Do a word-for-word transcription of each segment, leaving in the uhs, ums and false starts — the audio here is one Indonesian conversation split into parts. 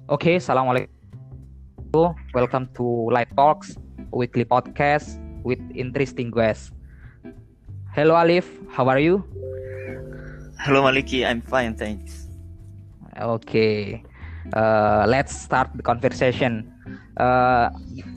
Oke, assalamualaikum. Welcome to Light Talks, weekly podcast with interesting guests. Hello Alif, how are you? Hello Maliki, I'm fine, thanks. Oke, uh, let's start the conversation. Uh,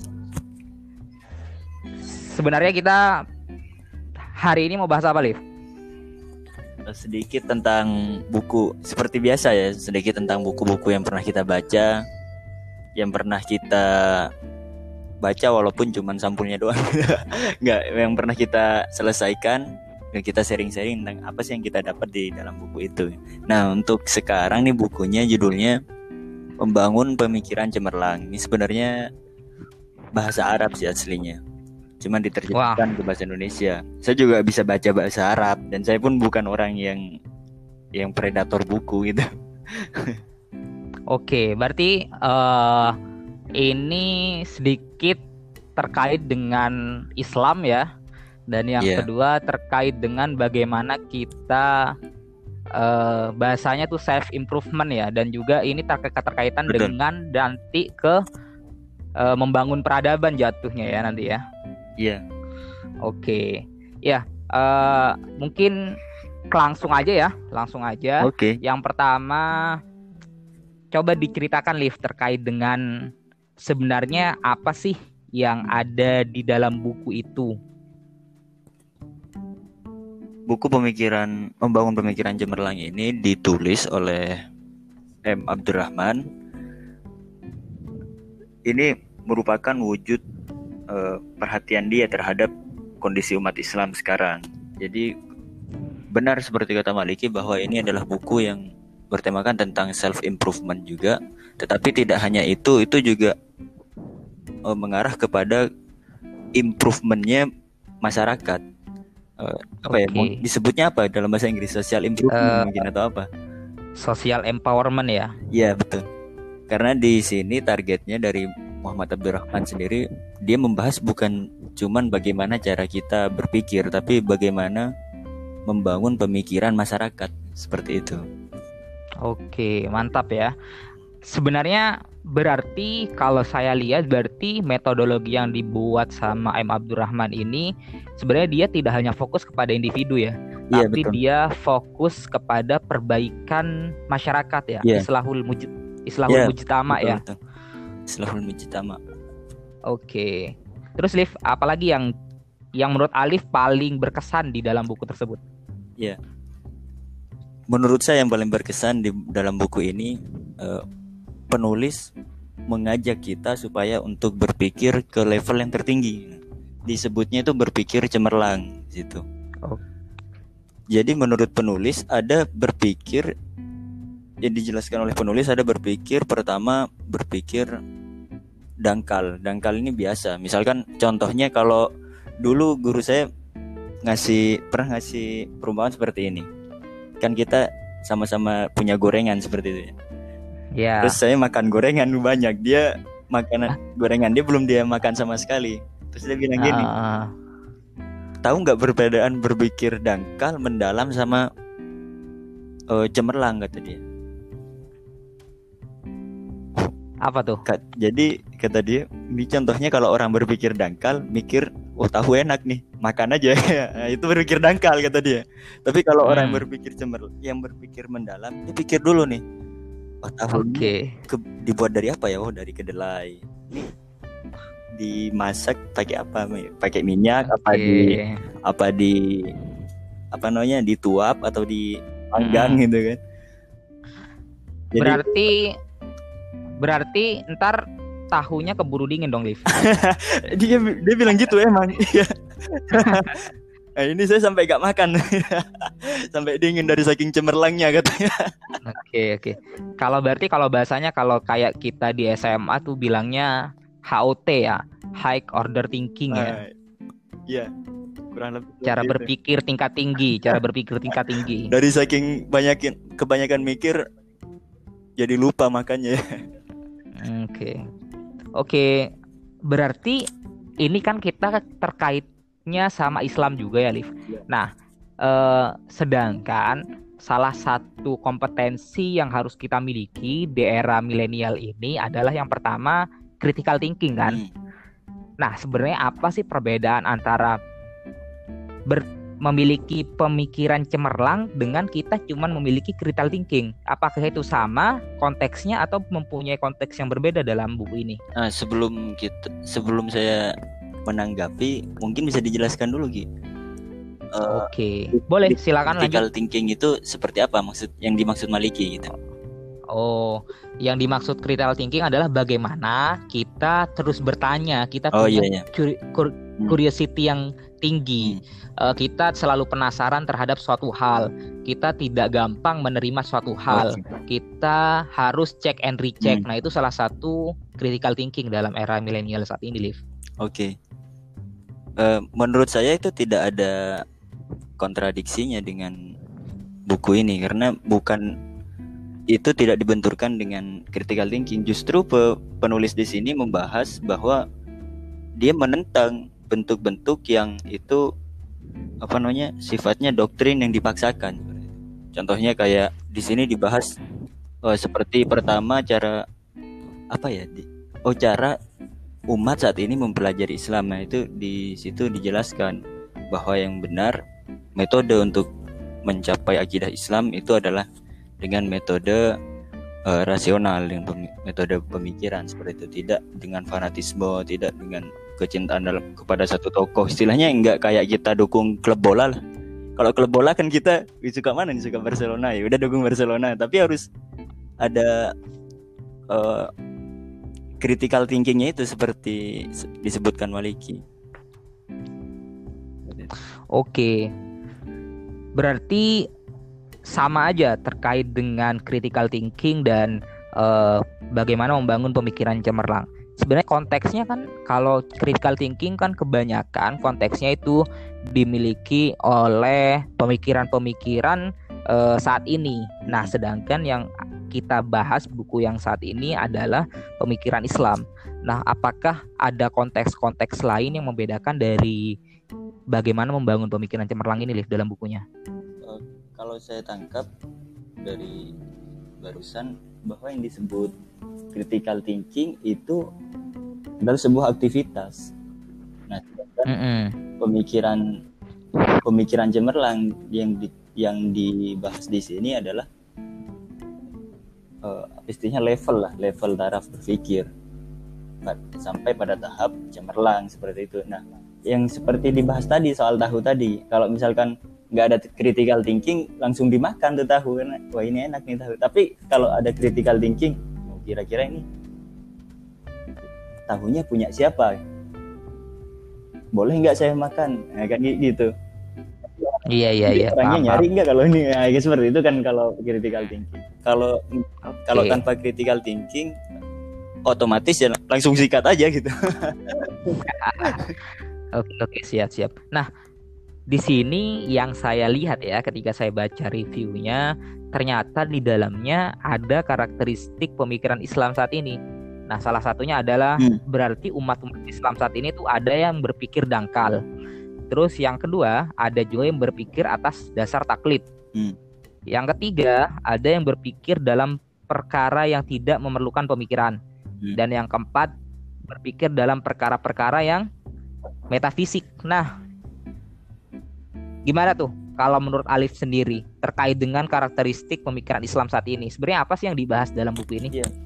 sebenarnya kita hari ini mau bahas apa, Alif? Sedikit tentang buku, seperti biasa ya, sedikit tentang buku-buku yang pernah kita baca, yang pernah kita baca walaupun cuma sampulnya doang, nggak, yang pernah kita selesaikan, dan kita sharing-sharing tentang apa sih yang kita dapat di dalam buku itu. Nah, untuk sekarang nih bukunya judulnya Membangun Pemikiran Cemerlang. Ini sebenarnya bahasa Arab sih aslinya, cuman diterjemahkan ke bahasa Indonesia. Saya juga bisa baca bahasa Arab dan saya pun bukan orang yang yang predator buku gitu. Oke, berarti uh, ini sedikit terkait dengan Islam ya. Dan yang yeah. kedua terkait dengan bagaimana kita uh, bahasanya tuh self improvement ya, dan juga ini ter- terkaitan Betul. dengan nanti ke uh, membangun peradaban jatuhnya ya nanti ya. Iya. Yeah. Oke. Ya, uh, mungkin langsung aja ya, langsung aja. Oke. Okay. Yang pertama coba diceritakan Liv terkait dengan sebenarnya apa sih yang ada di dalam buku itu. Buku pemikiran Membangun Pemikiran Cemerlang ini ditulis oleh M. Abdurrahman. Ini merupakan wujud uh, perhatian dia terhadap kondisi umat Islam sekarang. Jadi benar seperti kata Maliki bahwa ini adalah buku yang bertemakan tentang self improvement juga, tetapi tidak hanya itu, itu juga uh, mengarah kepada improvementnya masyarakat. Uh, apa okay. ya disebutnya apa dalam bahasa Inggris, social improvement uh, mungkin atau apa? Social empowerment ya? Iya betul. Karena di sini targetnya dari Muhammad Abdurrahman sendiri, dia membahas bukan cuman bagaimana cara kita berpikir, tapi bagaimana membangun pemikiran masyarakat seperti itu. Oke, mantap ya. Sebenarnya berarti kalau saya lihat berarti metodologi yang dibuat sama M. Abdurrahman ini sebenarnya dia tidak hanya fokus kepada individu ya, ya tapi betul. Dia fokus kepada perbaikan masyarakat ya, ya. Islahul mujid, Islahul ya, mujtama betul, ya. Betul. Islahul mujtama. Oke. Terus Liv, apalagi yang yang menurut Alif paling berkesan di dalam buku tersebut? Ya. Menurut saya yang paling berkesan di dalam buku ini, uh, penulis mengajak kita supaya untuk berpikir ke level yang tertinggi. Disebutnya itu berpikir cemerlang gitu. Oh. Jadi menurut penulis ada berpikir, yang dijelaskan oleh penulis ada berpikir pertama berpikir dangkal. Dangkal ini biasa. Misalkan contohnya kalau dulu guru saya ngasih pernah ngasih perumpamaan seperti ini. Kan kita sama-sama punya gorengan seperti itu ya. Yeah. Terus saya makan gorengan banyak, dia makanan gorengan dia belum dia makan sama sekali. Terus dia bilang gini, uh. tahu nggak perbedaan berpikir dangkal, mendalam sama uh, cemerlang, kata dia. Apa tuh? Jadi kata dia, ini contohnya kalau orang berpikir dangkal, mikir, oh tahu enak nih, makan aja. Nah, itu berpikir dangkal kata dia. Tapi kalau hmm. orang berpikir cemerlang, yang berpikir mendalam, dia pikir dulu nih, oh tahu okay. ke, dibuat dari apa ya? Oh dari kedelai. Ini dimasak pakai apa? Pakai minyak? Okay. Apa di apa di apa namanya? Dituap atau dipanggang hmm. gitu kan? Jadi, berarti berarti ntar tahunya keburu dingin dong, Liv. dia dia bilang gitu emang. Nah, ini saya sampai gak makan. Sampai dingin dari saking cemerlangnya katanya. Oke oke. Kalau berarti kalau bahasanya kalau kayak kita di S M A tuh bilangnya H O T ya, High Order Thinking ya. Iya. Kurang lebih. Cara gitu. Berpikir tingkat tinggi, cara berpikir tingkat tinggi. Dari saking banyakin kebanyakan mikir jadi lupa makannya. Oke. Okay. Oke, okay. Berarti ini kan kita terkaitnya sama Islam juga ya, Liv. Nah, eh, sedangkan salah satu kompetensi yang harus kita miliki di era milenial ini adalah yang pertama critical thinking kan. Hmm. Nah, sebenarnya apa sih perbedaan antara ber, memiliki pemikiran cemerlang dengan kita cuman memiliki critical thinking? Apakah itu sama konteksnya atau mempunyai konteks yang berbeda dalam buku ini? Nah, sebelum kita sebelum saya menanggapi, mungkin bisa dijelaskan dulu Ki. Uh, Oke, okay. Boleh silakan lanjut. Critical thinking itu seperti apa maksud yang dimaksud Maliki gitu? Oh, yang dimaksud critical thinking adalah bagaimana kita terus bertanya, kita oh, punya iya, iya. Cur- curiosity yang tinggi. Hmm. Uh, kita selalu penasaran terhadap suatu hal. Kita tidak gampang menerima suatu hal. Okay. Kita harus check and recheck. Hmm. Nah, itu salah satu critical thinking dalam era milenial saat ini, Liv. Oke. Okay. Uh, menurut saya itu tidak ada kontradiksinya dengan buku ini karena bukan itu tidak dibenturkan dengan critical thinking. Justru pe, penulis di sini membahas bahwa dia menentang bentuk-bentuk yang itu apa namanya sifatnya doktrin yang dipaksakan. Contohnya kayak di sini dibahas oh, seperti pertama cara apa ya? Di, oh cara umat saat ini mempelajari Islam. Nah itu di situ dijelaskan bahwa yang benar metode untuk mencapai akidah Islam itu adalah dengan metode uh, rasional, dengan pem- metode pemikiran seperti itu, tidak dengan fanatisme, tidak dengan kecintaan dalam kepada satu tokoh. Istilahnya enggak kayak kita dukung klub bola lah. Kalau klub bola kan kita suka mana nih, suka Barcelona ya udah dukung Barcelona, tapi harus ada uh, critical thinkingnya itu seperti disebutkan Maliki. Oke, berarti sama aja terkait dengan critical thinking dan uh, bagaimana membangun pemikiran cemerlang. Sebenarnya konteksnya kan kalau critical thinking kan kebanyakan konteksnya itu dimiliki oleh pemikiran-pemikiran uh, saat ini. Nah, sedangkan yang kita bahas buku yang saat ini adalah pemikiran Islam. Nah, apakah ada konteks-konteks lain yang membedakan dari bagaimana membangun pemikiran cemerlang ini, Liv, dalam bukunya? Uh, kalau saya tangkap dari barusan bahwa yang disebut critical thinking itu adalah sebuah aktivitas. Nah, mm-hmm. pemikiran pemikiran cemerlang yang di, yang dibahas di sini adalah uh, istilahnya level lah, level taraf berpikir sampai pada tahap cemerlang seperti itu. Nah, yang seperti dibahas tadi soal tahu tadi, kalau misalkan nggak ada critical thinking langsung dimakan tuh tahu kan, wah ini enak nih tahu. Tapi kalau ada critical thinking, kira-kira ini tahunya punya siapa, boleh nggak saya makan, nah, kan gitu. Iya iya iya. Orangnya nyari nggak kalau ini, nah, seperti itu kan kalau critical thinking. Kalau okay. kalau tanpa critical thinking, otomatis ya langsung sikat aja gitu. Oke oke siap siap. Nah, di sini yang saya lihat ya ketika saya baca reviewnya, ternyata di dalamnya ada karakteristik pemikiran Islam saat ini. Nah, salah satunya adalah hmm. berarti umat-umat Islam saat ini tuh ada yang berpikir dangkal. Terus yang kedua, ada juga yang berpikir atas dasar taklid. Hmm. Yang ketiga, ada yang berpikir dalam perkara yang tidak memerlukan pemikiran. Hmm. Dan yang keempat, berpikir dalam perkara-perkara yang metafisik. Nah, gimana tuh kalau menurut Alif sendiri terkait dengan karakteristik pemikiran Islam saat ini? Sebenarnya apa sih yang dibahas dalam buku ini? Ya.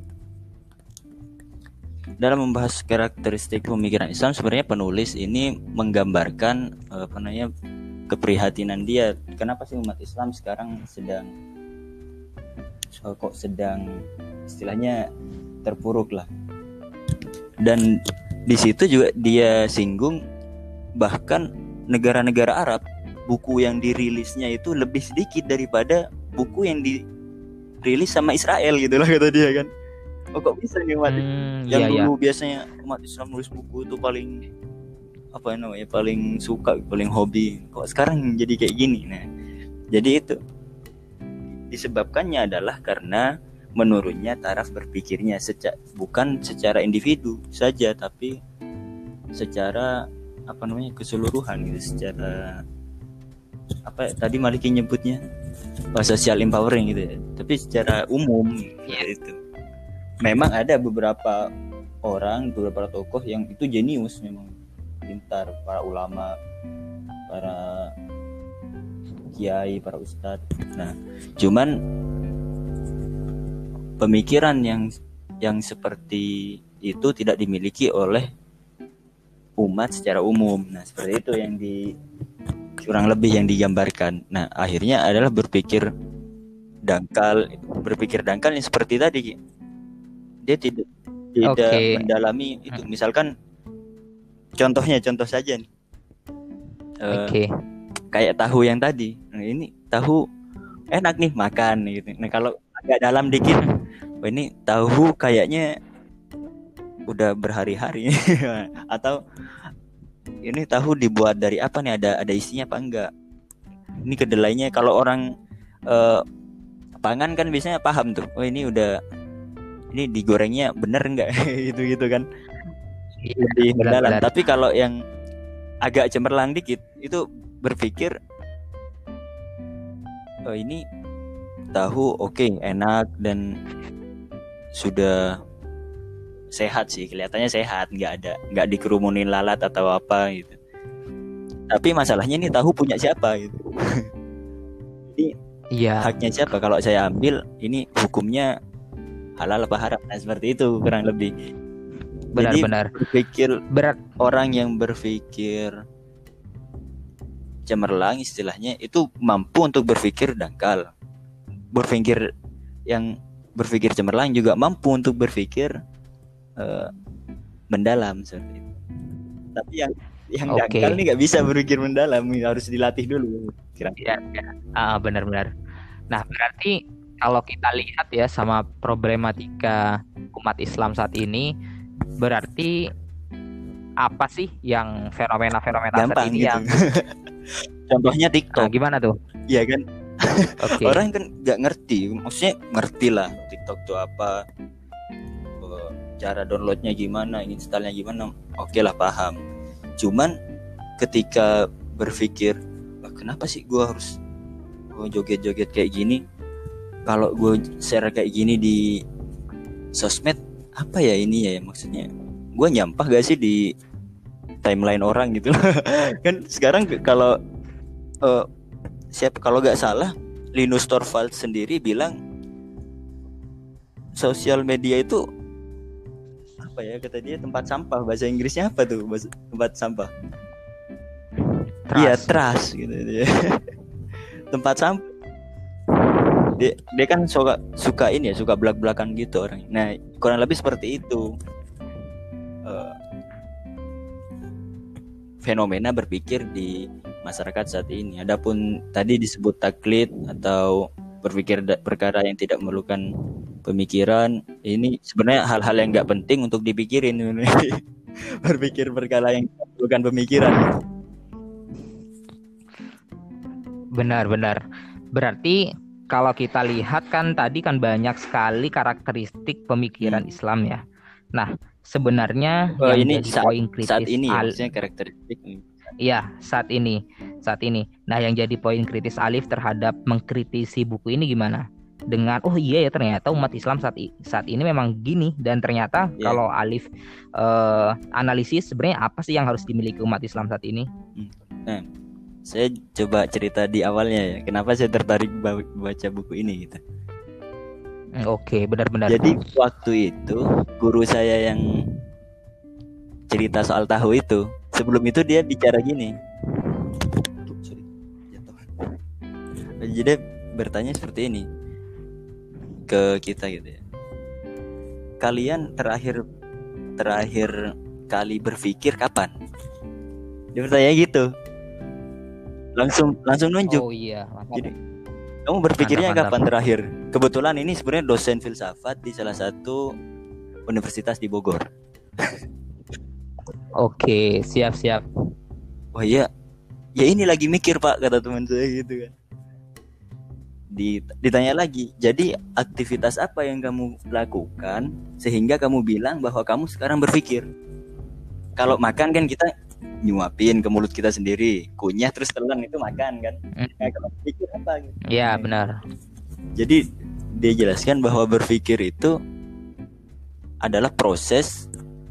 Dalam membahas karakteristik pemikiran Islam, sebenarnya penulis ini menggambarkan apa namanya keprihatinan dia. Kenapa sih umat Islam sekarang sedang so, kok sedang istilahnya terpuruk lah. Dan di situ juga dia singgung bahkan negara-negara Arab, buku yang dirilisnya itu lebih sedikit daripada buku yang dirilis sama Israel gitu lah kata dia kan. Oh kok bisa nih umat hmm, yang iya, dulu iya. Biasanya umat Islam nulis buku itu paling apa namanya paling suka, paling hobi, kok sekarang jadi kayak gini. Nah, jadi itu disebabkannya adalah karena menurunnya taraf berpikirnya, seca- bukan secara individu saja tapi secara apa namanya keseluruhan gitu, secara apa tadi Maliki nyebutnya oh, social empowering gitu ya. Tapi secara umum ya itu. Memang ada beberapa orang, beberapa tokoh yang itu jenius, memang pintar, para ulama, para kiai, para ustadz. Nah, cuman pemikiran yang yang seperti itu tidak dimiliki oleh umat secara umum. Nah, seperti itu yang di kurang lebih yang digambarkan. Nah, akhirnya adalah berpikir dangkal, berpikir dangkal yang seperti tadi. Dia tidak tidak okay. mendalami itu. Misalkan contohnya, contoh saja nih. Uh, Oke. Okay. Kayak tahu yang tadi. Nah, ini tahu enak nih makan gitu. Nah, kalau agak dalam dikit, oh, ini tahu kayaknya udah berhari-hari atau ini tahu dibuat dari apa nih, ada ada isinya apa enggak. Ini kedelainya, kalau orang uh, pangan kan biasanya paham tuh. Oh, ini udah ini digorengnya bener enggak gitu-gitu kan. Lebih mendalam. Tapi kalau yang agak cemerlang dikit itu berpikir oh, ini tahu oke okay, enak dan sudah sehat sih, kelihatannya sehat, nggak ada nggak dikerumunin lalat atau apa gitu. Tapi masalahnya ini tahu punya siapa gitu. Jadi iya. Haknya siapa kalau saya ambil ini, hukumnya halal apa haram? Nah, seperti itu kurang lebih. Benar-benar berpikir berat. Orang yang berpikir cemerlang istilahnya itu mampu untuk berpikir dangkal. Berpikir yang berpikir cemerlang juga mampu untuk berpikir uh, mendalam seperti itu. Tapi yang yang okay. dangkal ini nggak bisa berpikir mendalam, harus dilatih dulu. Kira-kira. Ya, ya. Ah, benar-benar. Nah, berarti kalau kita lihat ya sama problematika umat Islam saat ini, berarti apa sih yang fenomena-fenomena gampang saat ini gitu. yang contohnya TikTok. Nah, gimana tuh? Iya kan? Okay. Orang kan nggak ngerti, maksudnya ngerti lah TikTok tuh apa, cara downloadnya gimana, installnya gimana, oke okay lah paham. Cuman ketika berpikir, kenapa sih gue harus gue joget-joget kayak gini? Kalau gue share kayak gini di sosmed, apa ya ini ya maksudnya? Gue nyampah gak sih di timeline orang gitu? Kan sekarang kalau uh, siapa kalau nggak salah Linus Torvalds sendiri bilang sosial media itu apa ya, kata dia tempat sampah. Bahasa Inggrisnya apa tuh? Bahasa, tempat sampah. Iya, trash gitu ya. Tempat sampah. Dia, dia kan suka suka ini ya, suka belak-belakan gitu orang. Nah, kurang lebih seperti itu. Uh, fenomena berpikir di masyarakat saat ini. Adapun tadi disebut taklid atau berpikir da- perkara yang tidak memerlukan pemikiran, ini sebenarnya hal-hal yang nggak penting untuk dipikirin. Berpikir perkara yang tidak memerlukan pemikiran. Benar-benar. Berarti kalau kita lihat kan tadi kan banyak sekali karakteristik pemikiran hmm. Islam ya. Nah, sebenarnya oh, yang ini jadi saat, poin kritis saat ini al- ya, karakteristik. Iya, saat ini. Saat ini. Nah, yang jadi poin kritis Alif terhadap mengkritisi buku ini gimana? Dengan oh iya ya ternyata umat Islam saat i- saat ini memang gini, dan ternyata yeah. kalau Alif uh, analisis sebenarnya apa sih yang harus dimiliki umat Islam saat ini? Nah, saya coba cerita di awalnya ya, kenapa saya tertarik baca buku ini gitu. Oke, benar-benar. Jadi waktu itu guru saya yang cerita soal tahu itu, sebelum itu dia bicara gini. Jadi dia bertanya seperti ini ke kita gitu ya. Kalian terakhir terakhir kali berpikir kapan? Dia bertanya gitu. Langsung langsung nunjuk. Oh iya. Mantap. Jadi kamu berpikirnya mantap, kapan mantap. Terakhir? Kebetulan ini sebenarnya dosen filsafat di salah satu universitas di Bogor. Oke, siap-siap. Oh iya, ya ini lagi mikir Pak, kata teman saya gitu kan. Ditanya lagi, jadi aktivitas apa yang kamu lakukan sehingga kamu bilang bahwa kamu sekarang berpikir? Kalau makan kan kita nyuapin ke mulut kita sendiri, kunyah terus telan itu makan kan. Hmm. Nah, kalau berpikir apa gitu. Iya, benar. Jadi dia jelaskan bahwa berpikir itu adalah proses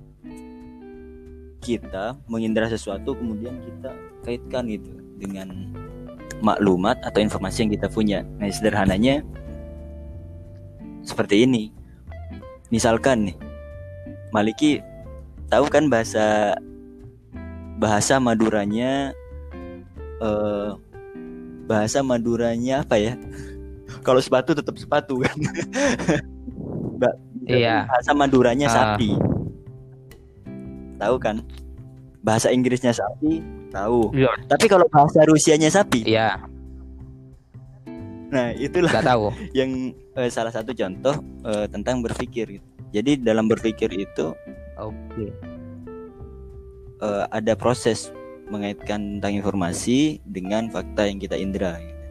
kita mengindra sesuatu kemudian kita kaitkan gitu dengan maklumat atau informasi yang kita punya. Nah, sederhananya seperti ini. Misalkan nih, Maliki tahu kan bahasa bahasa Maduranya eh, bahasa Maduranya apa ya? Kalau sepatu tetap sepatu kan. Iya. Bahasa Maduranya uh. sapi. Tahu kan? Bahasa Inggrisnya sapi, tahu. Iya. Tapi kalau bahasa Rusianya sapi? Iya. Nah, itulah Gak tahu. yang eh, salah satu contoh eh, tentang berpikir. Jadi dalam berpikir itu oke. Okay. Uh, ada proses mengaitkan tentang informasi dengan fakta yang kita indra gitu.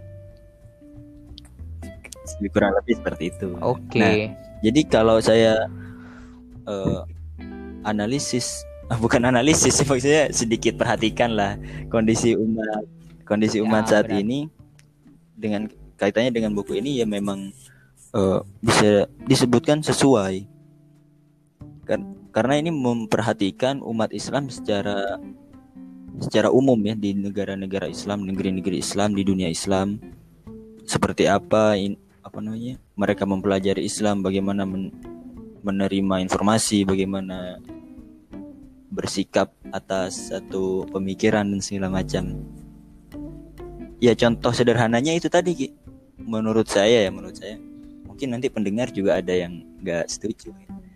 Kurang lebih seperti itu. Oke. Okay. Nah, jadi kalau saya uh, analisis, uh, bukan analisis, maksudnya sedikit perhatikan lah kondisi umat, kondisi umat ya, saat benar. Ini dengan kaitannya dengan buku ini ya memang uh, bisa disebutkan sesuai kan. Karena ini memperhatikan umat Islam secara secara umum ya di negara-negara Islam, negeri-negeri Islam, di dunia Islam. Seperti apa in, apa namanya? Mereka mempelajari Islam, bagaimana men, menerima informasi, bagaimana bersikap atas satu pemikiran dan segala macam. Ya contoh sederhananya itu tadi Ki. Menurut saya ya, menurut saya. Mungkin nanti pendengar juga ada yang enggak setuju.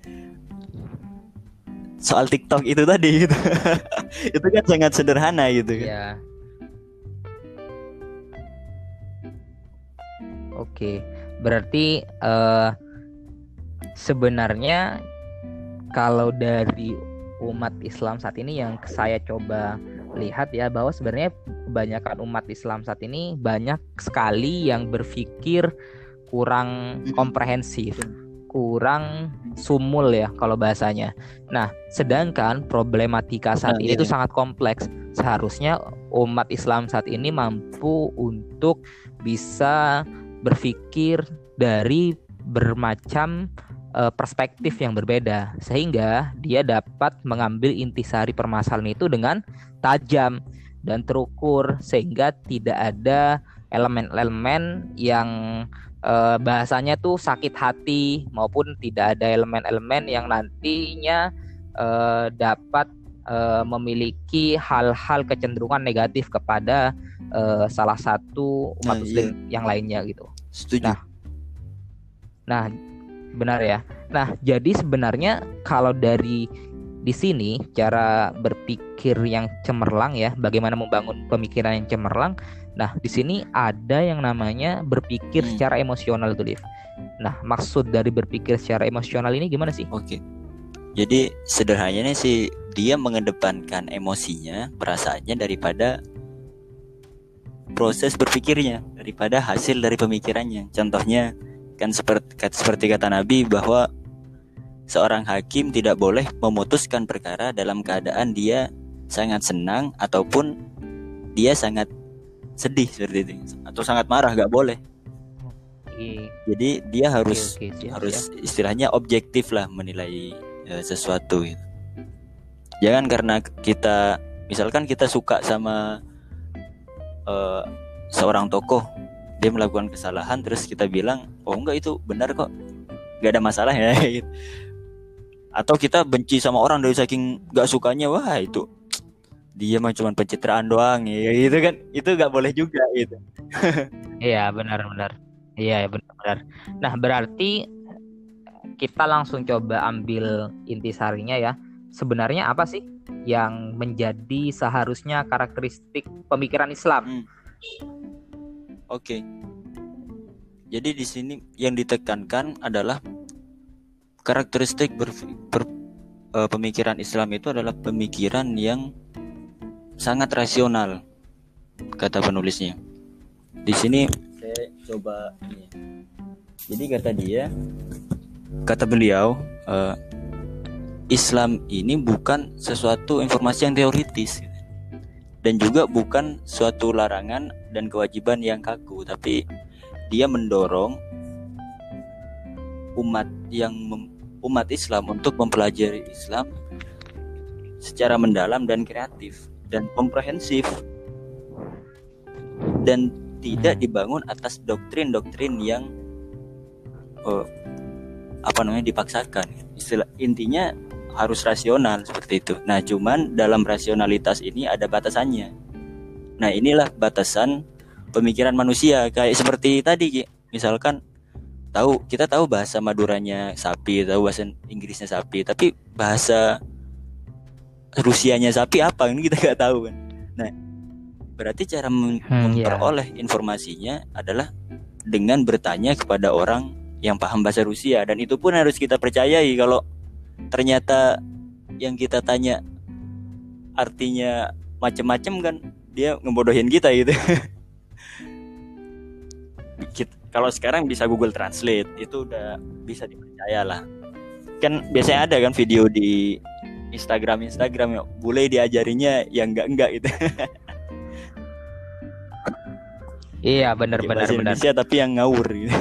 Soal TikTok itu tadi gitu. Itu kan sangat sederhana gitu kan. Iya. Oke, berarti uh, sebenarnya kalau dari umat Islam saat ini yang saya coba lihat ya, bahwa sebenarnya kebanyakan umat Islam saat ini banyak sekali yang berpikir kurang komprehensif, kurang sumul ya kalau bahasanya. Nah, sedangkan problematika saat nah, ini itu sangat kompleks. Seharusnya umat Islam saat ini mampu untuk bisa berpikir dari bermacam uh, perspektif yang berbeda, sehingga dia dapat mengambil intisari permasalahan itu dengan tajam dan terukur, sehingga tidak ada elemen-elemen yang Uh, bahasanya tuh sakit hati, maupun tidak ada elemen-elemen yang nantinya uh, dapat uh, memiliki hal-hal kecenderungan negatif kepada uh, salah satu umat nah, muslim iya. yang lainnya gitu. Setuju. Nah, nah benar ya. Nah, jadi sebenarnya kalau dari di sini cara berpikir yang cemerlang ya, bagaimana membangun pemikiran yang cemerlang. Nah, di sini ada yang namanya berpikir hmm. secara emosional tuh, Liv. Nah, maksud dari berpikir secara emosional ini gimana sih? Oke. Jadi sederhananya sih dia mengedepankan emosinya, perasaannya daripada proses berpikirnya, daripada hasil dari pemikirannya. Contohnya kan seperti seperti kata Nabi bahwa seorang hakim tidak boleh memutuskan perkara dalam keadaan dia sangat senang ataupun dia sangat sedih seperti itu, atau sangat marah, gak boleh. Okay. Jadi dia harus okay, okay, siap, harus siap. Istilahnya objektif lah menilai ya, sesuatu gitu. Jangan karena kita misalkan kita suka sama uh, seorang tokoh, dia melakukan kesalahan terus kita bilang oh enggak itu benar kok, gak ada masalah ya gitu. Atau kita benci sama orang dari saking gak sukanya, wah itu dia mah cuma pencitraan doang ya gitu kan, itu nggak boleh juga gitu. Iya benar-benar, iya benar-benar. Nah berarti kita langsung coba ambil intisarinya ya. Sebenarnya apa sih yang menjadi seharusnya karakteristik pemikiran Islam? Hmm. Oke. Okay. Jadi di sini yang ditekankan adalah karakteristik ber, ber, uh, pemikiran Islam itu adalah pemikiran yang sangat rasional, kata penulisnya. Di sini saya coba ini. Jadi kata dia, kata beliau, uh, Islam ini bukan sesuatu informasi yang teoritis dan juga bukan suatu larangan dan kewajiban yang kaku, tapi dia mendorong umat yang mem- umat Islam untuk mempelajari Islam secara mendalam dan kreatif dan komprehensif, dan tidak dibangun atas doktrin-doktrin yang oh, apa namanya dipaksakan. Istilah intinya harus rasional seperti itu. Nah, cuman dalam rasionalitas ini ada batasannya. Nah, inilah batasan pemikiran manusia. Kayak seperti tadi, Ki. Misalkan tahu kita tahu bahasa Maduranya sapi, tahu bahasa Inggrisnya sapi, tapi bahasa Rusianya sapi apa ini kita nggak tahu kan. Nah, berarti cara mem- Hmm, memperoleh ya. informasinya adalah dengan bertanya kepada orang yang paham bahasa Rusia, dan itu pun harus kita percayai kalau ternyata yang kita tanya artinya macam-macam kan, dia ngebodohin kita gitu. Kita, kalau sekarang bisa Google Translate, itu udah bisa dipercaya lah. Kan biasanya ada kan video di Instagram Instagram ya, boleh diajarinya yang enggak-enggak gitu. Iya, benar-benar bahasa benar. Indonesia tapi yang ngawur gitu.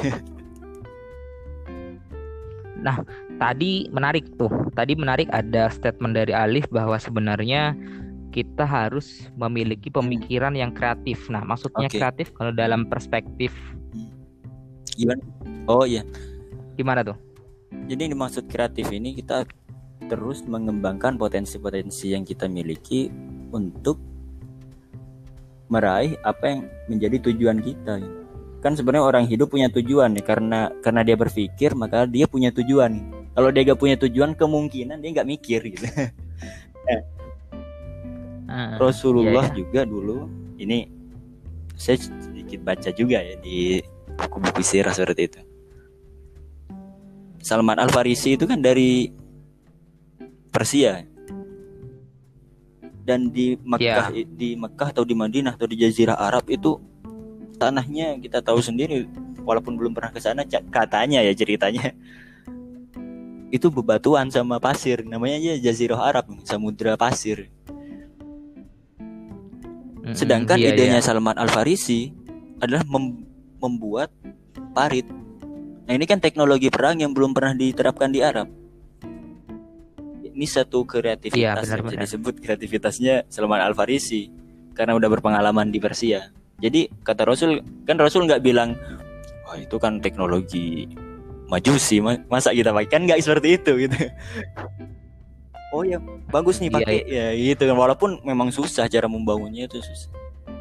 Nah, tadi menarik tuh. Tadi menarik ada statement dari Alif bahwa sebenarnya kita harus memiliki pemikiran yang kreatif. Nah, maksudnya Oke. kreatif kalau dalam perspektif Gimana? Oh iya. gimana tuh? Jadi yang dimaksud kreatif ini kita terus mengembangkan potensi-potensi yang kita miliki untuk meraih apa yang menjadi tujuan kita. Kan sebenarnya orang hidup punya tujuan nih, karena karena dia berpikir maka dia punya tujuan. Kalau dia gak punya tujuan, kemungkinan dia nggak mikir gitu. eh, Uh, Rasulullah iya, iya. juga dulu, ini saya sedikit baca juga ya di buku-buku sirah seperti itu. Salman Al-Farisi itu kan dari Persia, dan di Mekah, Ya. di Mekah atau di Madinah atau di Jazirah Arab itu tanahnya kita tahu sendiri, walaupun belum pernah ke sana, katanya ya ceritanya itu bebatuan sama pasir, namanya aja Jazirah Arab, samudra pasir. Mm-mm, Sedangkan iya, idenya iya. Salman Al-Farisi adalah mem- membuat parit. Nah, ini kan teknologi perang yang belum pernah diterapkan di Arab. Ini satu kreativitas Iya, yang bisa benar-benar. disebut kreativitasnya Salman Al-Farisi karena udah berpengalaman di Persia. Jadi kata Rasul, kan Rasul nggak bilang, wah itu kan teknologi Majusi, masa kita pakai, kan nggak seperti itu gitu. Oh ya bagus nih Iya, pakai, iya. ya gitu kan, walaupun memang susah cara membangunnya itu susah.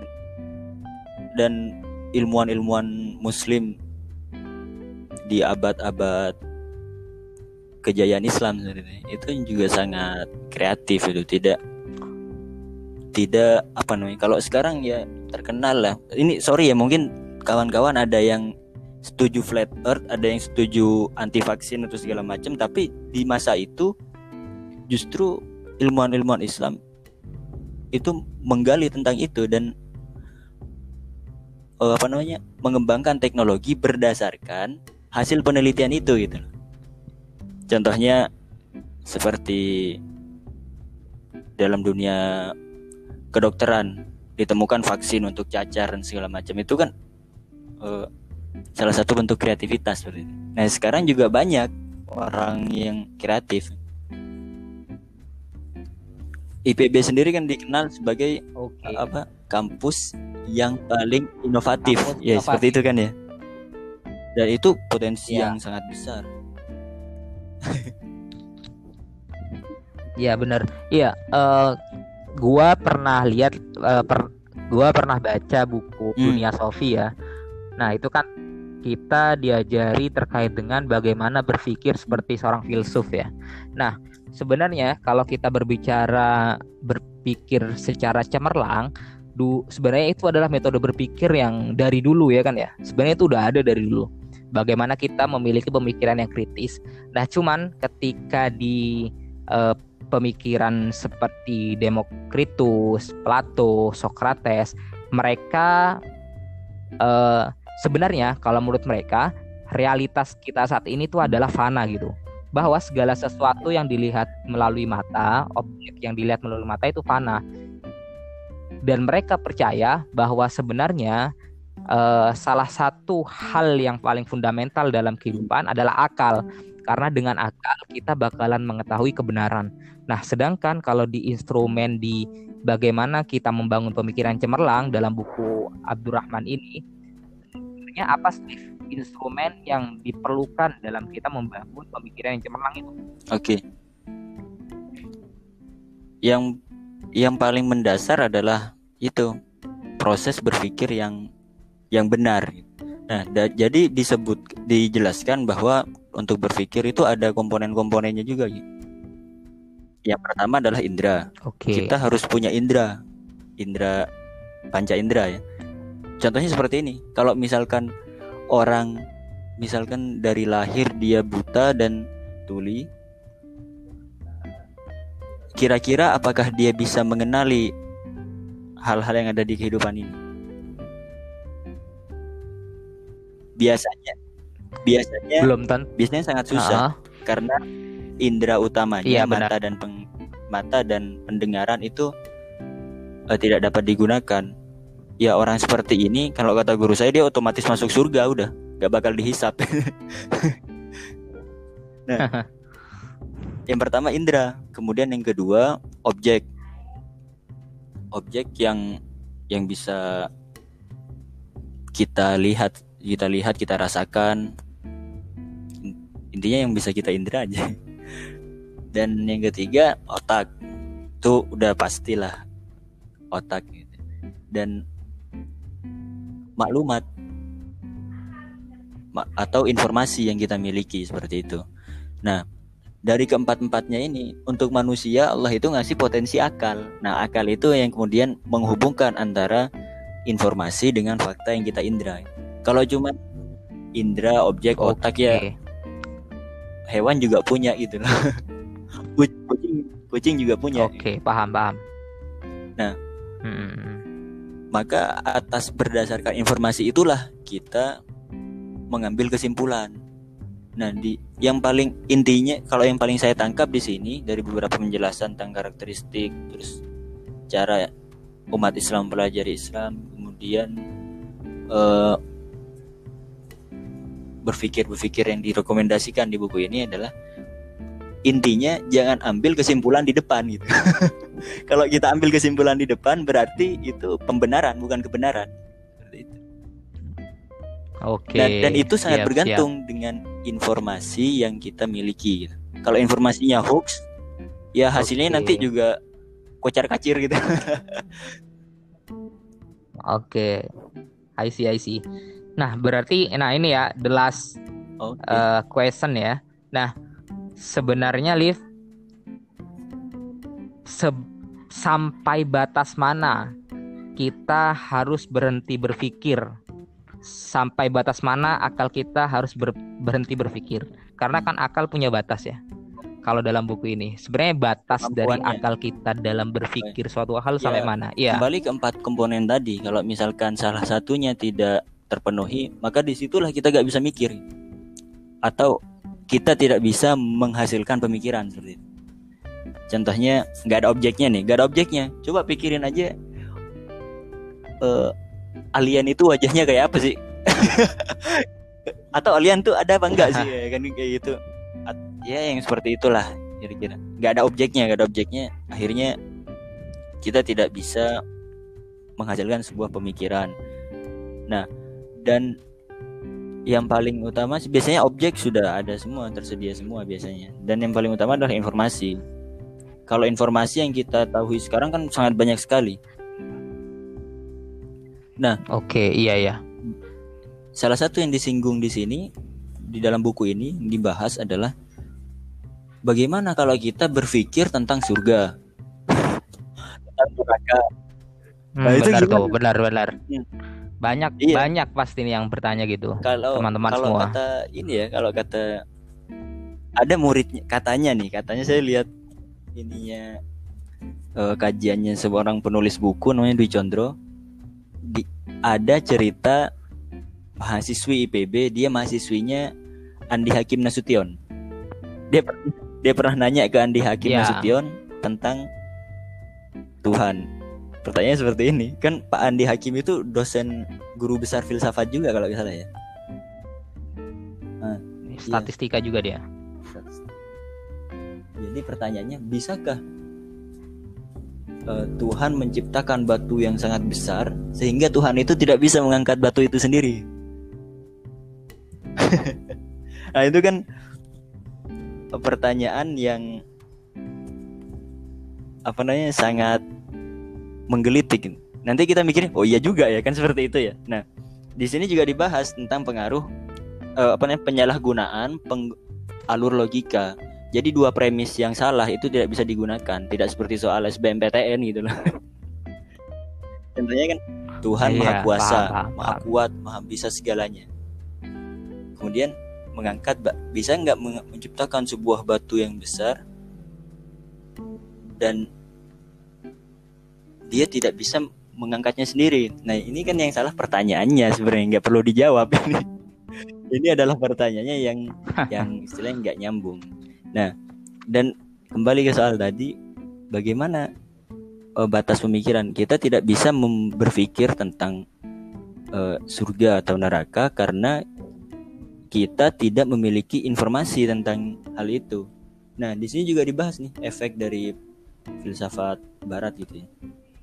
Dan ilmuwan-ilmuwan Muslim di abad-abad kejayaan Islam sebenarnya itu juga sangat kreatif, itu tidak tidak apa namanya, kalau sekarang ya terkenal lah. Ini sorry ya, mungkin kawan-kawan ada yang setuju flat earth, ada yang setuju anti vaksin atau segala macam, tapi di masa itu justru ilmuwan-ilmuwan Islam itu menggali tentang itu dan uh, apa namanya mengembangkan teknologi berdasarkan hasil penelitian itu gitu. Contohnya seperti dalam dunia kedokteran ditemukan vaksin untuk cacar dan segala macam, itu kan uh, salah satu bentuk kreativitas seperti itu. Nah sekarang juga banyak orang yang kreatif. I P B sendiri kan dikenal sebagai Oke. apa kampus yang paling inovatif, Kampus ya inovasi. seperti itu kan ya. Dan itu potensi Ya. yang sangat besar. Iya benar. Iya, uh, gua pernah lihat, uh, per, gua pernah baca buku Hmm. Dunia Sofi ya. Nah itu kan kita diajari terkait dengan bagaimana berpikir seperti seorang filsuf ya. Nah sebenarnya kalau kita berbicara berpikir secara cemerlang, du, sebenarnya itu adalah metode berpikir yang dari dulu ya kan ya. Sebenarnya itu udah ada dari dulu. Bagaimana kita memiliki pemikiran yang kritis. Nah cuman ketika di uh, pemikiran seperti Demokritus, Plato, Socrates, mereka uh, sebenarnya kalau menurut mereka realitas kita saat ini tuh adalah fana gitu. bahwa segala sesuatu yang dilihat melalui mata, objek yang dilihat melalui mata itu fana. Dan mereka percaya bahwa sebenarnya uh, salah satu hal yang paling fundamental dalam kehidupan adalah akal. Karena dengan akal kita bakalan mengetahui kebenaran. Nah, sedangkan kalau di instrumen di bagaimana kita membangun pemikiran cemerlang dalam buku Abdurrahman ini, sebenarnya apa sih instrumen yang diperlukan dalam kita membangun pemikiran yang cemerlang itu? Oke. Okay. Yang yang paling mendasar adalah itu proses berpikir yang yang benar. Nah, da, jadi disebut dijelaskan bahwa untuk berpikir itu ada komponen-komponennya juga. Yang pertama adalah indera. Okay. Kita harus punya indera, indera panca indera ya. Contohnya seperti ini. Kalau misalkan orang misalkan dari lahir dia buta dan tuli, kira-kira apakah dia bisa mengenali hal-hal yang ada di kehidupan ini? Biasanya biasanya belum tentu. Biasanya sangat susah uh-huh. karena indera utamanya iya, mata benar. dan peng, mata dan pendengaran itu uh, tidak dapat digunakan. Ya orang seperti ini kalau kata guru saya dia otomatis masuk surga udah, gak bakal dihisap. Nah, yang pertama indera, kemudian yang kedua objek, objek yang yang bisa kita lihat, kita lihat, kita rasakan. Intinya yang bisa kita indera aja. Dan yang ketiga otak, itu udah pastilah otak gitu. Dan maklumat atau informasi yang kita miliki seperti itu. Nah, dari keempat-empatnya ini untuk manusia Allah itu ngasih potensi akal. Nah, akal itu yang kemudian menghubungkan antara informasi dengan fakta yang kita indra. Kalau cuma indra, objek, okay. otak ya hewan juga punya gitu loh. Kucing, kucing juga punya. Oke, okay, paham paham. Nah, hmm. maka atas berdasarkan informasi itulah kita mengambil kesimpulan. Nah, di yang paling intinya, kalau yang paling saya tangkap di sini dari beberapa penjelasan tentang karakteristik, terus cara umat Islam pelajari Islam, kemudian uh, berpikir-berpikir yang direkomendasikan di buku ini adalah intinya jangan ambil kesimpulan di depan gitu. Kalau kita ambil kesimpulan di depan berarti itu pembenaran bukan kebenaran. Seperti itu. Oke. Dan, dan itu sangat siap, bergantung siap. dengan informasi yang kita miliki. Gitu. Kalau informasinya hoax, ya hasilnya okay. nanti juga kocar-kacir gitu. Oke. Okay. I see, I see. Nah, berarti nah ini ya the last okay. uh, question ya. Nah, sebenarnya Liv se- sampai batas mana kita harus berhenti berpikir? Sampai batas mana akal kita harus ber- berhenti berpikir? Karena kan akal punya batas ya. Kalau dalam buku ini sebenarnya batas dari akal kita dalam berpikir suatu hal ya, sampai mana? Iya. Kembali ke empat komponen tadi. Kalau misalkan salah satunya tidak terpenuhi, maka disitulah kita gak bisa mikir atau kita tidak bisa menghasilkan pemikiran seperti itu. Contohnya gak ada objeknya nih, gak ada objeknya. Coba pikirin aja uh, alien itu wajahnya kayak apa sih? Atau alien tuh ada apa enggak sih? Ya, kan kayak gitu. Ya yang seperti itulah kira-kira. Gak ada objeknya, gak ada objeknya. Akhirnya kita tidak bisa menghasilkan sebuah pemikiran. Nah, dan yang paling utama biasanya objek sudah ada semua, tersedia semua biasanya. Dan yang paling utama adalah informasi. Kalau informasi yang kita tahu sekarang kan sangat banyak sekali. Nah, oke, okay, iya ya. Salah satu yang disinggung di sini di dalam buku ini dibahas adalah bagaimana kalau kita berpikir tentang surga, tentang neraka. Hmm, nah, benar tuh, benar-benar. Hmm. Banyak iya. banyak pasti nih yang bertanya gitu. Kalau teman-teman kalau semua. Kata ini ya, kalau kata ada muridnya katanya nih, katanya saya lihat ininya uh, kajiannya seorang penulis buku namanya Dwi Condro. Di, ada cerita mahasiswi I P B, dia mahasiswinya Andi Hakim Nasution. dia dia pernah nanya ke Andi Hakim Ya. Nasution tentang Tuhan. Pertanyaannya seperti ini, kan Pak Andi Hakim itu dosen guru besar filsafat juga kalau nggak salah ya. Nah, statistika iya. juga dia. Jadi pertanyaannya, bisakah uh, Tuhan menciptakan batu yang sangat besar sehingga Tuhan itu tidak bisa mengangkat batu itu sendiri? Nah itu kan pertanyaan yang apa namanya sangat menggelitik. Nanti kita mikir, oh iya juga ya kan seperti itu ya. Nah di sini juga dibahas tentang pengaruh uh, apa namanya penyalahgunaan peng- alur logika. Jadi dua premis yang salah itu tidak bisa digunakan, tidak seperti soal S B M P T N gitu loh. Contohnya kan Tuhan iya, maha kuasa, paham, paham, maha paham. kuat, maha bisa segalanya. Kemudian mengangkat, bisa nggak menciptakan sebuah batu yang besar dan dia tidak bisa mengangkatnya sendiri. Nah ini kan yang salah pertanyaannya sebenarnya, nggak perlu dijawab ini. Ini adalah pertanyaannya yang yang istilahnya nggak nyambung. Nah dan kembali ke soal tadi, bagaimana uh, batas pemikiran kita tidak bisa mem- berpikir tentang uh, surga atau neraka karena kita tidak memiliki informasi tentang hal itu. Nah di sini juga dibahas nih efek dari filsafat Barat gitu ya.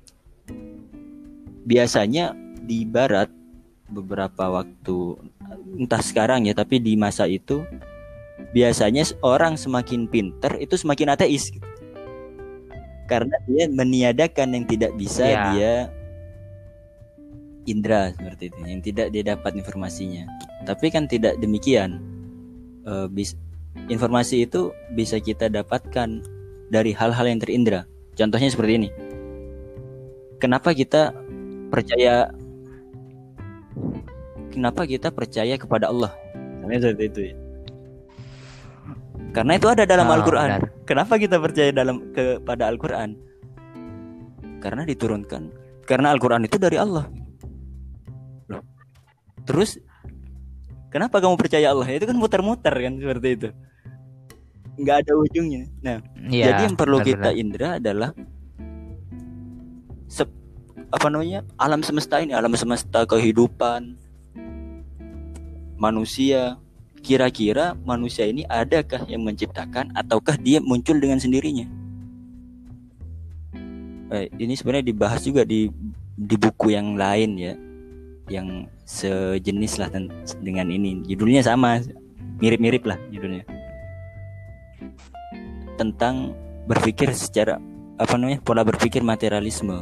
Biasanya di Barat beberapa waktu, entah sekarang ya, tapi di masa itu biasanya orang semakin pinter itu semakin ateis gitu. Karena dia meniadakan yang tidak bisa ya. Dia indra seperti itu, yang tidak dia dapat informasinya. Tapi kan tidak demikian. E, bis, informasi itu bisa kita dapatkan dari hal-hal yang terindra. Contohnya seperti ini. Kenapa kita percaya Kenapa kita percaya kepada Allah? Karena seperti itu ya. Karena itu ada dalam oh, Al-Quran. Benar. Kenapa kita percaya dalam kepada Al-Quran? Karena diturunkan. Karena Al-Quran itu dari Allah. Loh. Terus kenapa kamu percaya Allah? Itu kan muter-muter kan seperti itu. Nggak ada ujungnya. Nah, ya, jadi yang perlu benar, kita benar. indra adalah se- apa namanya? alam semesta ini, alam semesta kehidupan manusia. Kira-kira manusia ini adakah yang menciptakan ataukah dia muncul dengan sendirinya? Eh, ini sebenarnya dibahas juga di di buku yang lain ya, yang sejenis lah dengan ini. Judulnya sama, mirip-mirip lah judulnya. Tentang berpikir secara apa namanya? pola berpikir materialisme.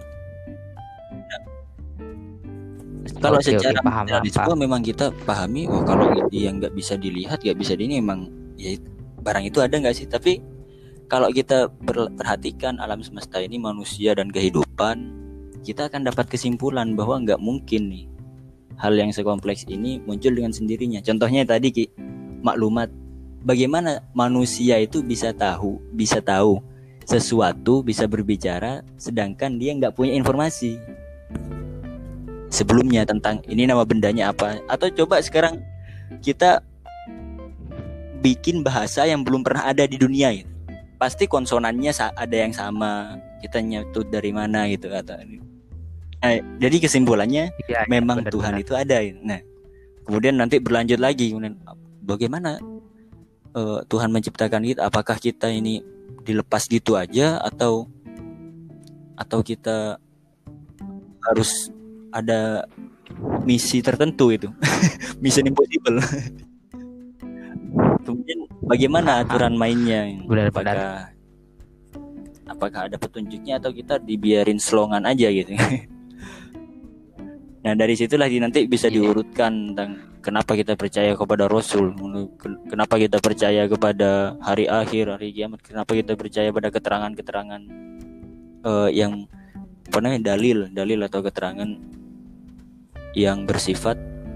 Kalau oke, secara oke, paham, materialisme paham. Memang kita pahami, oh kalau yang nggak bisa dilihat, nggak bisa di ini, emang ya barang itu ada nggak sih? Tapi kalau kita perhatikan alam semesta ini, manusia dan kehidupan, kita akan dapat kesimpulan bahwa nggak mungkin nih hal yang sekompleks ini muncul dengan sendirinya. Contohnya tadi Ki, maklumat. Bagaimana manusia itu bisa tahu, bisa tahu sesuatu, bisa berbicara, sedangkan dia nggak punya informasi sebelumnya tentang ini nama bendanya apa. Atau coba sekarang kita bikin bahasa yang belum pernah ada di dunia gitu. Pasti konsonannya ada yang sama, kita nyetut dari mana gitu atau nah, jadi kesimpulannya ya, memang ya, benar, Tuhan benar. itu ada. Nah kemudian nanti berlanjut lagi, kemudian bagaimana uh, Tuhan menciptakan kita? Apakah kita ini dilepas gitu aja atau atau kita harus ada misi tertentu itu? Mission impossible. Kemudian bagaimana aturan mainnya? Apakah apakah ada petunjuknya atau kita dibiarin selongan aja gitu? Nah dari situlah nanti bisa diurutkan tentang kenapa kita percaya kepada Rasul, kenapa kita percaya kepada hari akhir, hari kiamat, kenapa kita percaya pada keterangan-keterangan uh, yang apa namanya dalil, dalil atau keterangan yang bersifat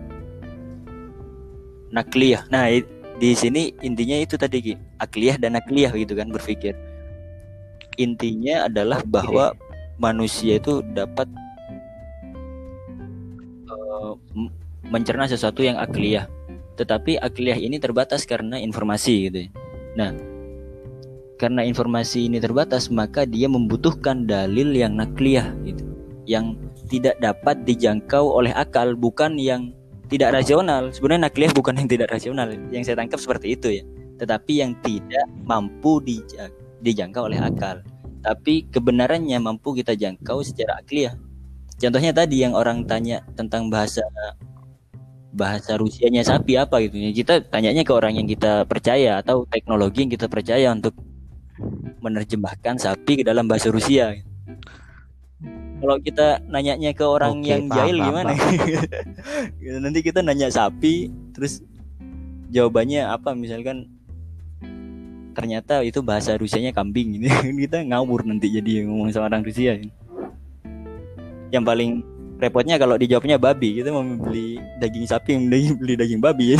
nakliyah. Nah di sini intinya itu tadi Ki, akliyah dan nakliyah gitu kan, berpikir. Intinya adalah bahwa manusia itu dapat uh, mencerna sesuatu yang akliyah, tetapi akliyah ini terbatas karena informasi gitu. Nah, karena informasi ini terbatas, maka dia membutuhkan dalil yang nakliyah gitu, yang tidak dapat dijangkau oleh akal, bukan yang tidak rasional. Sebenarnya nakliyah bukan yang tidak rasional, yang saya tangkap seperti itu ya, tetapi yang tidak mampu dijangkau oleh akal. Tapi kebenarannya mampu kita jangkau secara akliyah. Contohnya tadi yang orang tanya tentang bahasa bahasa Rusianya sapi apa gitu. Kita tanyanya ke orang yang kita percaya atau teknologi yang kita percaya untuk menerjemahkan sapi ke dalam bahasa Rusia. Kalau kita nanyanya ke orang Oke, yang paham, jahil paham, gimana? Paham. Nanti kita nanya sapi, terus jawabannya apa? Misalkan ternyata itu bahasa Rusianya kambing ini. Kita ngawur nanti jadi ngomong sama orang Rusia. Yang paling repotnya kalau dijawabnya babi, kita mau beli daging sapi yang beli daging babi.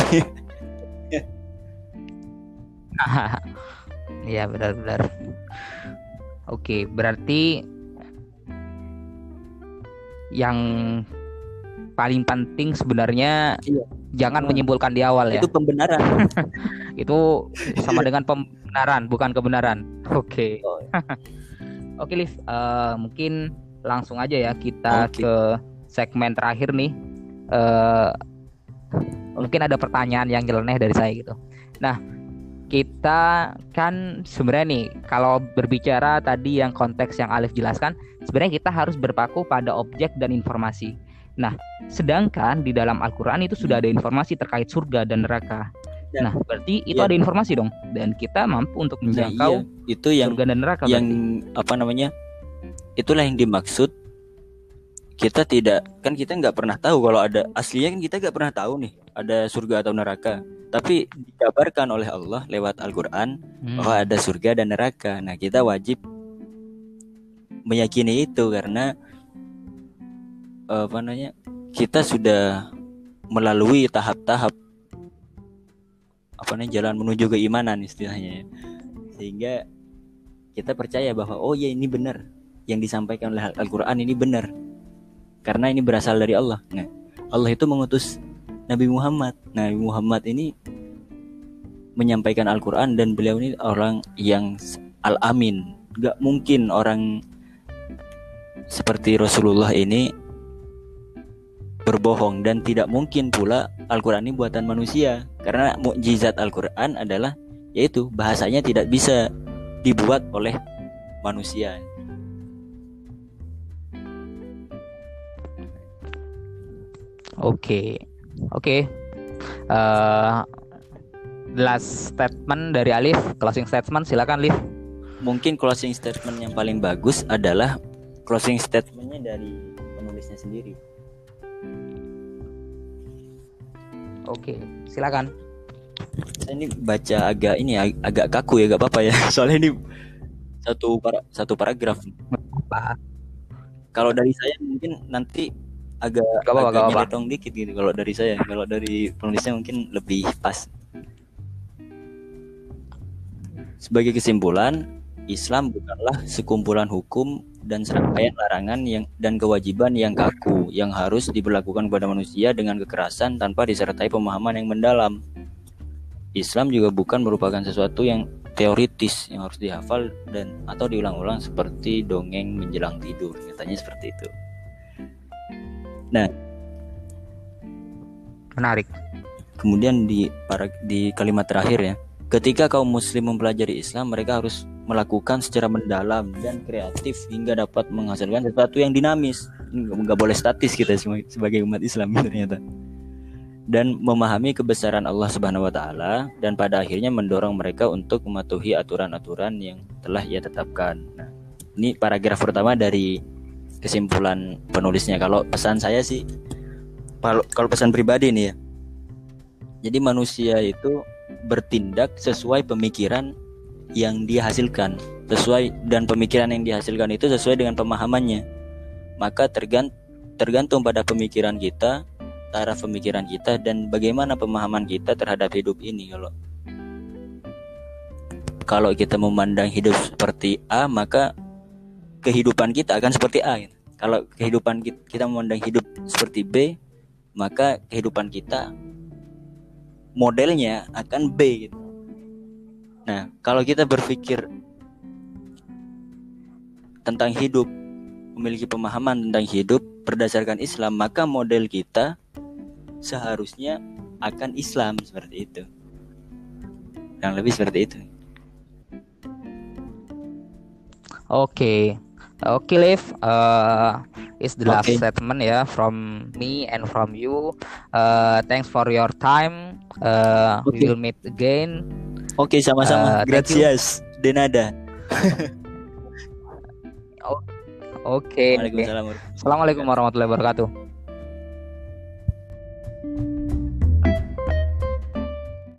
Iya benar-benar. Oke, berarti yang paling penting sebenarnya iya. jangan oh. menyimpulkan di awal ya. Itu pembenaran. Itu sama dengan pembenaran, bukan kebenaran. Oke. Oh. Oke, Liv, uh, mungkin langsung aja ya kita okay. ke segmen terakhir nih. Uh, mungkin ada pertanyaan yang nyeleneh dari saya gitu. Nah, kita kan sebenarnya nih kalau berbicara tadi yang konteks yang Alif jelaskan, sebenarnya kita harus berpaku pada objek dan informasi. Nah, sedangkan di dalam Al-Quran itu sudah ada informasi terkait surga dan neraka. Nah, berarti itu ya. ada informasi dong, dan kita mampu untuk menjangkau nah, iya. itu yang, surga dan neraka. Yang berarti. apa namanya? Itulah yang dimaksud. Kita tidak, kan kita nggak pernah tahu kalau ada, aslinya kan kita nggak pernah tahu nih ada surga atau neraka. Tapi dikabarkan oleh Allah lewat Al-Quran hmm. bahwa ada surga dan neraka. Nah, kita wajib meyakini itu karena apa namanya, kita sudah melalui tahap-tahap apa namanya jalan menuju keimanan istilahnya, sehingga kita percaya bahwa oh ya ini benar yang disampaikan oleh Al-Quran, ini benar karena ini berasal dari Allah. Nah, Allah itu mengutus Nabi Muhammad. Nabi Muhammad ini menyampaikan Al-Quran dan beliau ini orang yang Al-Amin. Gak mungkin orang seperti Rasulullah ini berbohong, dan tidak mungkin pula Al-Quran ini buatan manusia, karena mukjizat Al-Quran adalah yaitu bahasanya tidak bisa dibuat oleh manusia. Oke, oke. Uh, last statement dari Alif, closing statement, silakan Alif. Mungkin closing statement yang paling bagus adalah closing statementnya dari penulisnya sendiri. Oke, silakan. Saya ini baca agak ini ag- agak kaku ya, gak apa-apa ya. Soalnya ini satu para, satu paragraf. Apa? Kalau dari saya mungkin nanti agak gak apa, agak nyeretong dikit gitu kalau dari saya. Kalau dari penulisnya mungkin lebih pas. Sebagai kesimpulan, Islam bukanlah sekumpulan hukum dan serangkaian larangan yang dan kewajiban yang kaku yang harus diberlakukan kepada manusia dengan kekerasan tanpa disertai pemahaman yang mendalam. Islam juga bukan merupakan sesuatu yang teoritis yang harus dihafal dan atau diulang-ulang seperti dongeng menjelang tidur. Katanya seperti itu. Nah, menarik. Kemudian di para, di kalimat terakhir ya, ketika kaum muslim mempelajari Islam, mereka harus melakukan secara mendalam dan kreatif hingga dapat menghasilkan sesuatu yang dinamis. Nggak boleh statis kita sebagai umat Islam ternyata. Dan memahami kebesaran Allah Subhanahu wa taala, dan pada akhirnya mendorong mereka untuk mematuhi aturan-aturan yang telah Ia tetapkan. Nah, ini paragraf pertama dari kesimpulan penulisnya. Kalau pesan saya sih, kalau, kalau pesan pribadi nih ya, jadi manusia itu bertindak sesuai pemikiran yang dia hasilkan, sesuai, dan pemikiran yang dihasilkan itu sesuai dengan pemahamannya. Maka tergant, tergantung pada pemikiran kita, taraf pemikiran kita, dan bagaimana pemahaman kita terhadap hidup ini. Kalau kalau kita memandang hidup seperti A, maka kehidupan kita akan seperti A gitu. Kalau kehidupan kita, kita memandang hidup seperti B, maka kehidupan kita modelnya akan B gitu. Nah, kalau kita berpikir tentang hidup, memiliki pemahaman tentang hidup berdasarkan Islam, maka model kita seharusnya akan Islam seperti itu. Yang lebih seperti itu. Oke, oke, Liv. Uh, is the last Okay. statement ya, from me and from you. Uh, thanks for your time. Uh, We Okay. will meet again. Oke, Uh, sama-sama. thank you. Gracias. De nada. Oke. Waalaikumsalam. Assalamualaikum warahmatullahi wabarakatuh.